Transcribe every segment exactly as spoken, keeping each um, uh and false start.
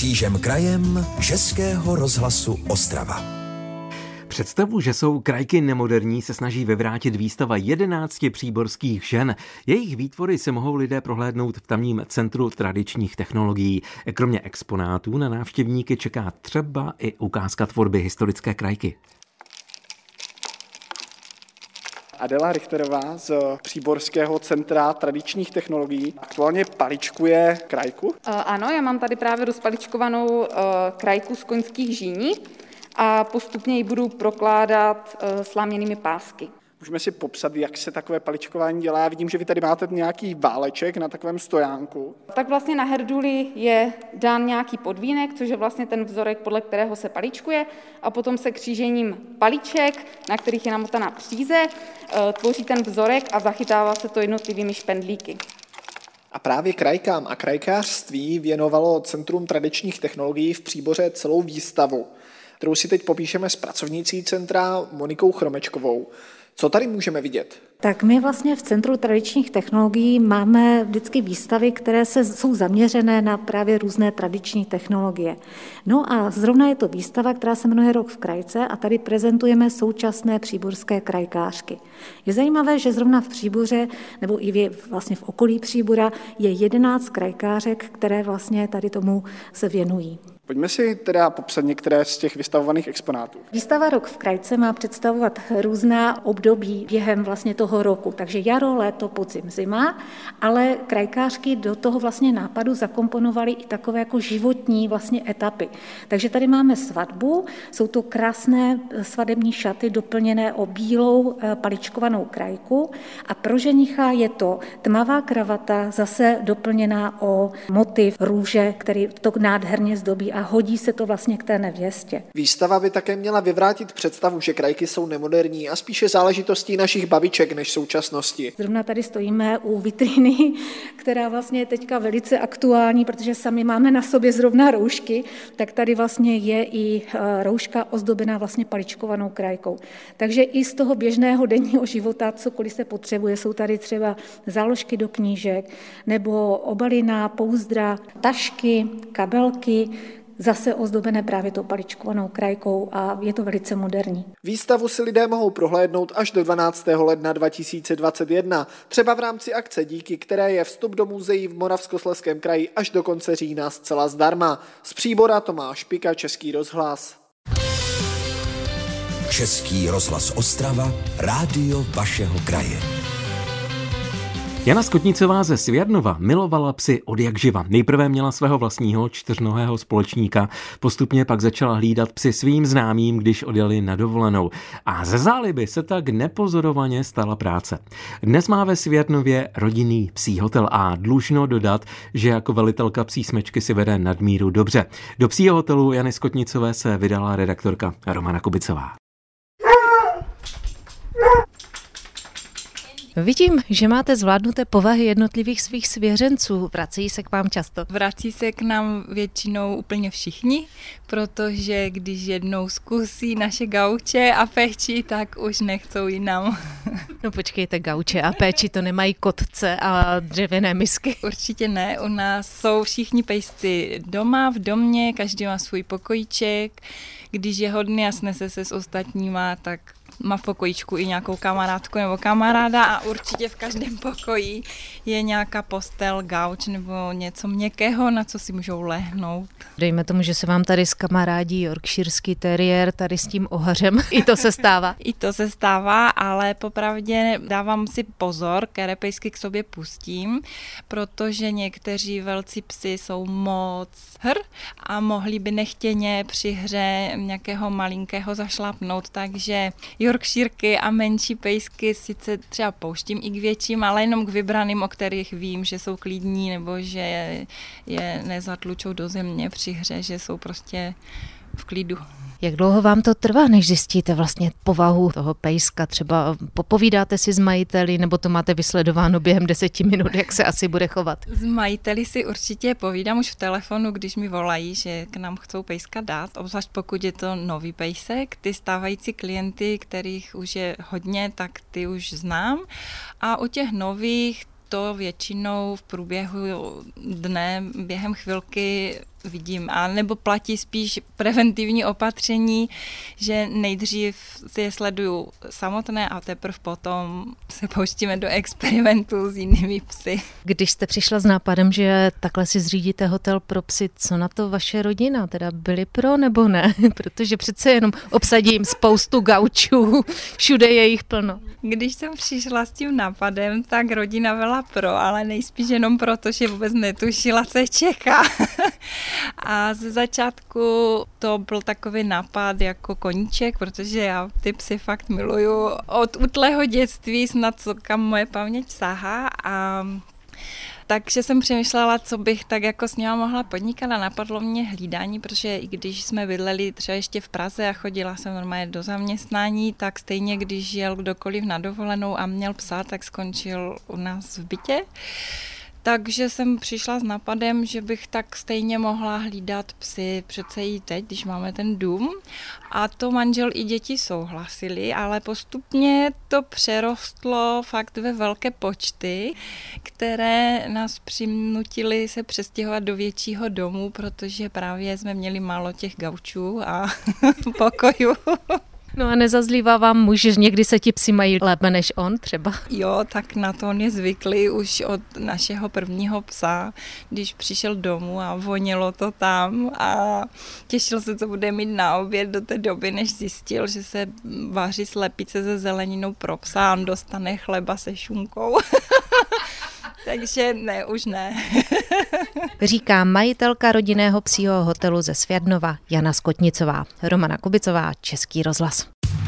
Křížem krajem Českého rozhlasu Ostrava. Představu, že jsou krajky nemoderní, se snaží vyvrátit výstava jedenácti příborských žen. Jejich výtvory se mohou lidé prohlédnout v tamním Centru tradičních technologií. Kromě exponátů na návštěvníky čeká třeba i ukázka tvorby historické krajky. Adela Richterová z Příborského centra tradičních technologií aktuálně paličkuje krajku. Uh, ano, já mám tady právě rozpaličkovanou uh, krajku z koňských žíní a postupně ji budu prokládat uh, sláměnými pásky. Můžeme si popsat, jak se takové paličkování dělá. Já vidím, že vy tady máte nějaký váleček na takovém stojánku. Tak vlastně na herduli je dán nějaký podvínek, což je vlastně ten vzorek, podle kterého se paličkuje, a potom se křížením paliček, na kterých je namotaná příze, tvoří ten vzorek a zachytává se to jednotlivými špendlíky. A právě krajkám a krajkářství věnovalo Centrum tradičních technologií v Příboře celou výstavu, kterou si teď popíšeme s pracovnicí centra Monikou Chromečkovou. Co tady můžeme vidět? Tak my vlastně v Centru tradičních technologií máme vždycky výstavy, které se, jsou zaměřené na právě různé tradiční technologie. No a zrovna je to výstava, která se jmenuje Rok v krajce a tady prezentujeme současné příborské krajkářky. Je zajímavé, že zrovna v Příboře, nebo i vlastně v okolí Příbora, je jedenáct krajkářek, které vlastně tady tomu se věnují. Pojďme si teda popsat některé z těch vystavovaných exponátů. Výstava Rok v krajce má představovat různá období během vlastně toho roku, takže jaro, léto, podzim, zima, ale krajkářky do toho vlastně nápadu zakomponovaly i takové jako životní vlastně etapy. Takže tady máme svatbu, jsou to krásné svadební šaty doplněné o bílou paličkovanou krajku a pro ženicha je to tmavá kravata, zase doplněná o motiv růže, který to nádherně zdobí a hodí se to vlastně k té nevěstě. Výstava by také měla vyvrátit představu, že krajky jsou nemoderní a spíše záležitostí našich babiček než současnosti. Zrovna tady stojíme u vitríny, která vlastně je teďka velice aktuální, protože sami máme na sobě zrovna roušky, tak tady vlastně je i rouška ozdobená vlastně paličkovanou krajkou. Takže i z toho běžného denního života, cokoliv se potřebuje, jsou tady třeba záložky do knížek nebo obaly na pouzdra, tašky, kabelky, zase ozdobené právě tou paličkovanou krajkou a je to velice moderní. Výstavu si lidé mohou prohlédnout až do dvanáctého ledna dva tisíce dvacet jedna, třeba v rámci akce, díky které je vstup do muzeí v Moravskoslezském kraji až do konce října zcela zdarma. Z Příbora Tomáš Pika, Český rozhlas. Český rozhlas Ostrava, rádio vašeho kraje. Jana Skotnicová ze Svěrnova milovala psy od jak živa. Nejprve měla svého vlastního čtyřnohého společníka, postupně pak začala hlídat psy svým známým, když odjeli na dovolenou. A ze záliby se tak nepozorovaně stala práce. Dnes má ve Svěrnově rodinný psí hotel a dlužno dodat, že jako velitelka psí smečky si vede nadmíru dobře. Do psího hotelu Jany Skotnicové se vydala redaktorka Romana Kubicová. Vidím, že máte zvládnuté povahy jednotlivých svých svěřenců. Vrací se k vám často? Vrací se k nám většinou úplně všichni, protože když jednou zkusí naše gauče a péči, tak už nechcou jinam. No počkejte, gauče a péči to nemají kotce a dřevěné misky? Určitě ne, u nás jsou všichni pejsci doma, v domě, každý má svůj pokojíček. Když je hodný a snese se s ostatníma, tak má v pokojíčku i nějakou kamarádku nebo kamaráda a určitě v každém pokoji je nějaká postel, gauč nebo něco měkkého, na co si můžou lehnout. Dejme tomu, že se vám tady skamarádí yorkshirský teriér tady s tím ohařem. I to se stává. I to se stává, ale popravdě dávám si pozor, které pejsky k sobě pustím, protože někteří velcí psi jsou moc hr a mohli by nechtěně při hře nějakého malinkého zašlapnout, takže yorkshirky a menší pejsky sice třeba pouštím i k větším, ale jenom k vybraným, o kterých vím, že jsou klidní nebo že je, je nezatlučou do země při hře, že jsou prostě v klidu. Jak dlouho vám to trvá, než zjistíte vlastně povahu toho pejska? Třeba popovídáte si s majiteli, nebo to máte vysledováno během deseti minut, jak se asi bude chovat? S majiteli si určitě povídám už v telefonu, když mi volají, že k nám chcou pejska dát, obzvlášť pokud je to nový pejsek. Ty stávající klienty, kterých už je hodně, tak ty už znám. A u těch nových to většinou v průběhu dne, během chvilky vidím. A nebo platí spíš preventivní opatření, že nejdřív si je sleduju samotné a teprve potom se pouštíme do experimentů s jinými psy. Když jste přišla s nápadem, že takhle si zřídíte hotel pro psy, co na to vaše rodina? Teda byli pro nebo ne? Protože přece jenom obsadím spoustu gaučů, všude je jich plno. Když jsem přišla s tím nápadem, tak rodina byla pro, ale nejspíš jenom proto, že vůbec netušila, co je čeká. A ze začátku to byl takový nápad jako koníček, protože já ty psy fakt miluju od útlého dětství, snad co kam moje paměť sahá. A takže jsem přemýšlela, co bych tak jako s ním mohla podnikat a napadlo mě hlídání, protože i když jsme bydleli třeba ještě v Praze a chodila jsem normálně do zaměstnání, tak stejně když jel kdokoliv na dovolenou a měl psa, tak skončil u nás v bytě. Takže jsem přišla s nápadem, že bych tak stejně mohla hlídat psy přece i teď, když máme ten dům. A to manžel i děti souhlasili, ale postupně to přerostlo fakt ve velké počty, které nás přinutily se přestěhovat do většího domu, protože právě jsme měli málo těch gaučů a pokojů. No a nezazlívá vám muž, že někdy se ti psi mají lépe než on třeba? Jo, tak na to on je zvyklý už od našeho prvního psa, když přišel domů a vonilo to tam a těšil se, co bude mít na oběd do té doby, než zjistil, že se vaří slepice se zeleninou pro psa a on dostane chleba se šunkou. Takže ne, už ne. Říká majitelka rodinného psího hotelu ze Svědnova Jana Skotnicová. Romana Kubicová, Český rozhlas.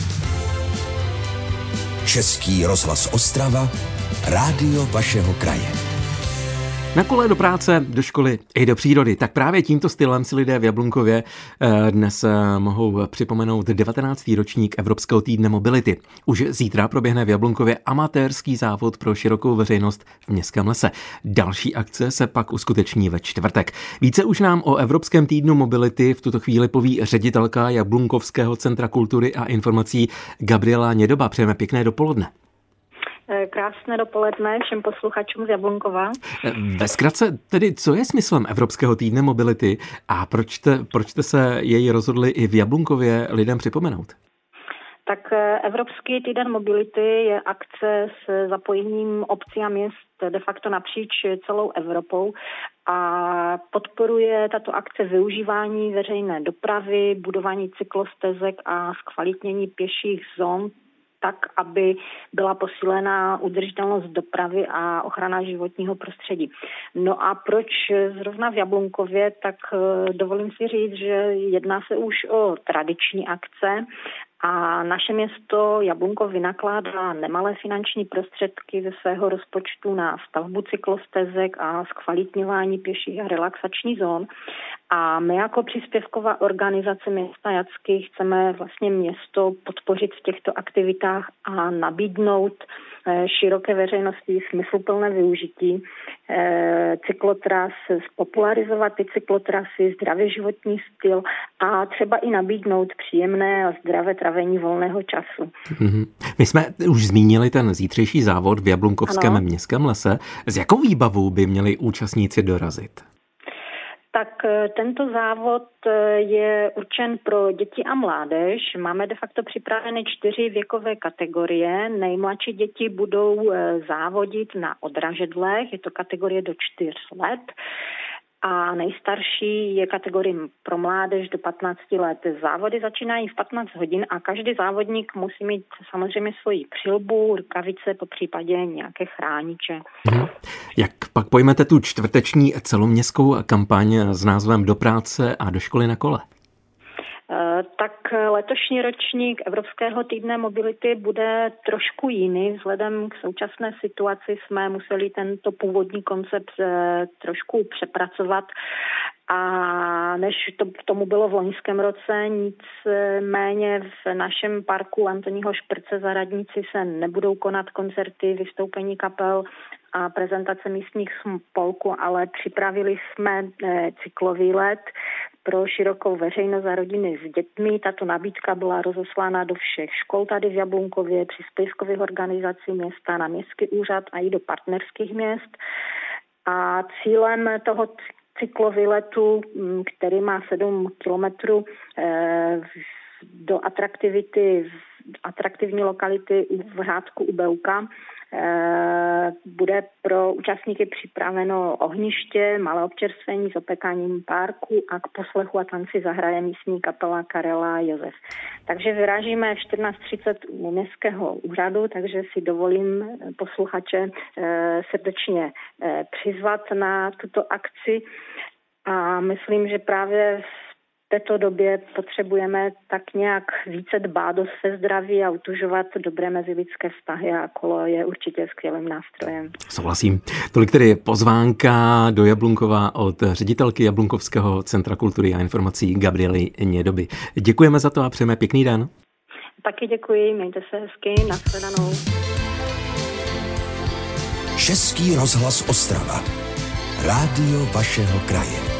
Český rozhlas Ostrava, rádio vašeho kraje. Na kole do práce, do školy i do přírody. Tak právě tímto stylem si lidé v Jablunkově dnes mohou připomenout devatenáctý ročník Evropského týdne mobility. Už zítra proběhne v Jablunkově amatérský závod pro širokou veřejnost v Městském lese. Další akce se pak uskuteční ve čtvrtek. Více už nám o Evropském týdnu mobility v tuto chvíli poví ředitelka Jablunkovského centra kultury a informací Gabriela Nědoba. Přejeme pěkné dopoledne. Krásné dopoledne všem posluchačům z Jablunkova. Ve zkratce tedy, co je smyslem Evropského týdne mobility a proč jste, proč jste se jej rozhodli i v Jablunkově lidem připomenout? Tak Evropský týden mobility je akce s zapojením obcí a měst de facto napříč celou Evropou a podporuje tato akce využívání veřejné dopravy, budování cyklostezek a zkvalitnění pěších zón, tak, aby byla posílena udržitelnost dopravy a ochrana životního prostředí. No a proč zrovna v Jablunkově, tak dovolím si říct, že jedná se už o tradiční akce a naše město Jablunkov vynakládá nemalé finanční prostředky ze svého rozpočtu na stavbu cyklostezek a zkvalitňování pěších a relaxační zón. A my jako příspěvková organizace města Jacky chceme vlastně město podpořit v těchto aktivitách a nabídnout široké veřejnosti smysluplné využití cyklotras, popularizovat ty cyklotrasy, zdravý životní styl a třeba i nabídnout příjemné a zdravé trávení volného času. Mm-hmm. My jsme už zmínili ten zítřejší závod v Jablunkovském ano. Městském lese. S jakou výbavou by měli účastníci dorazit? Tak tento závod je určen pro děti a mládež. Máme de facto připraveny čtyři věkové kategorie. Nejmladší děti budou závodit na odražedlech, je to kategorie do čtyř let. A nejstarší je kategorie pro mládež do patnácti let. Závody začínají v patnáct hodin a každý závodník musí mít samozřejmě svoji přilbu, rukavice, po případě nějaké chrániče. Hmm. Jak pak pojmete tu čtvrteční celoměstskou kampaň s názvem Do práce a do školy na kole? Tak letošní ročník Evropského týdne mobility bude trošku jiný. Vzhledem k současné situaci jsme museli tento původní koncept trošku přepracovat. A než to tomu bylo v loňském roce, nicméně v našem parku Antoního Šprce za radnici se nebudou konat koncerty, vystoupení kapel a prezentace místních spolků, ale připravili jsme cyklový let pro širokou veřejnost a rodiny s dětmi. Tato nabídka byla rozeslána do všech škol tady v Jablunkově, příspěvkových organizací města, na městský úřad a i do partnerských měst. A cílem toho cyklovyletu, který má sedm kilometrů do atraktivity, atraktivní lokality v Hrádku u Beuka. Bude pro účastníky připraveno ohniště, malé občerstvení s opekáním párku a k poslechu a tanci zahraje místní kapela Karela Josef. Takže vyrážíme v čtrnáct třicet u Městského úřadu, takže si dovolím posluchače srdečně přizvat na tuto akci a myslím, že právě v této době potřebujeme tak nějak více dbát o své zdraví a utužovat dobré mezilidské vztahy a kolo je určitě skvělým nástrojem. Souhlasím. Tolik tedy pozvánka do Jablunkova od ředitelky Jablunkovského centra kultury a informací Gabriely Nědoby. Děkujeme za to a přejeme pěkný den. Taky děkuji, mějte se hezky, nashledanou. Český rozhlas Ostrava. Rádio vašeho kraje.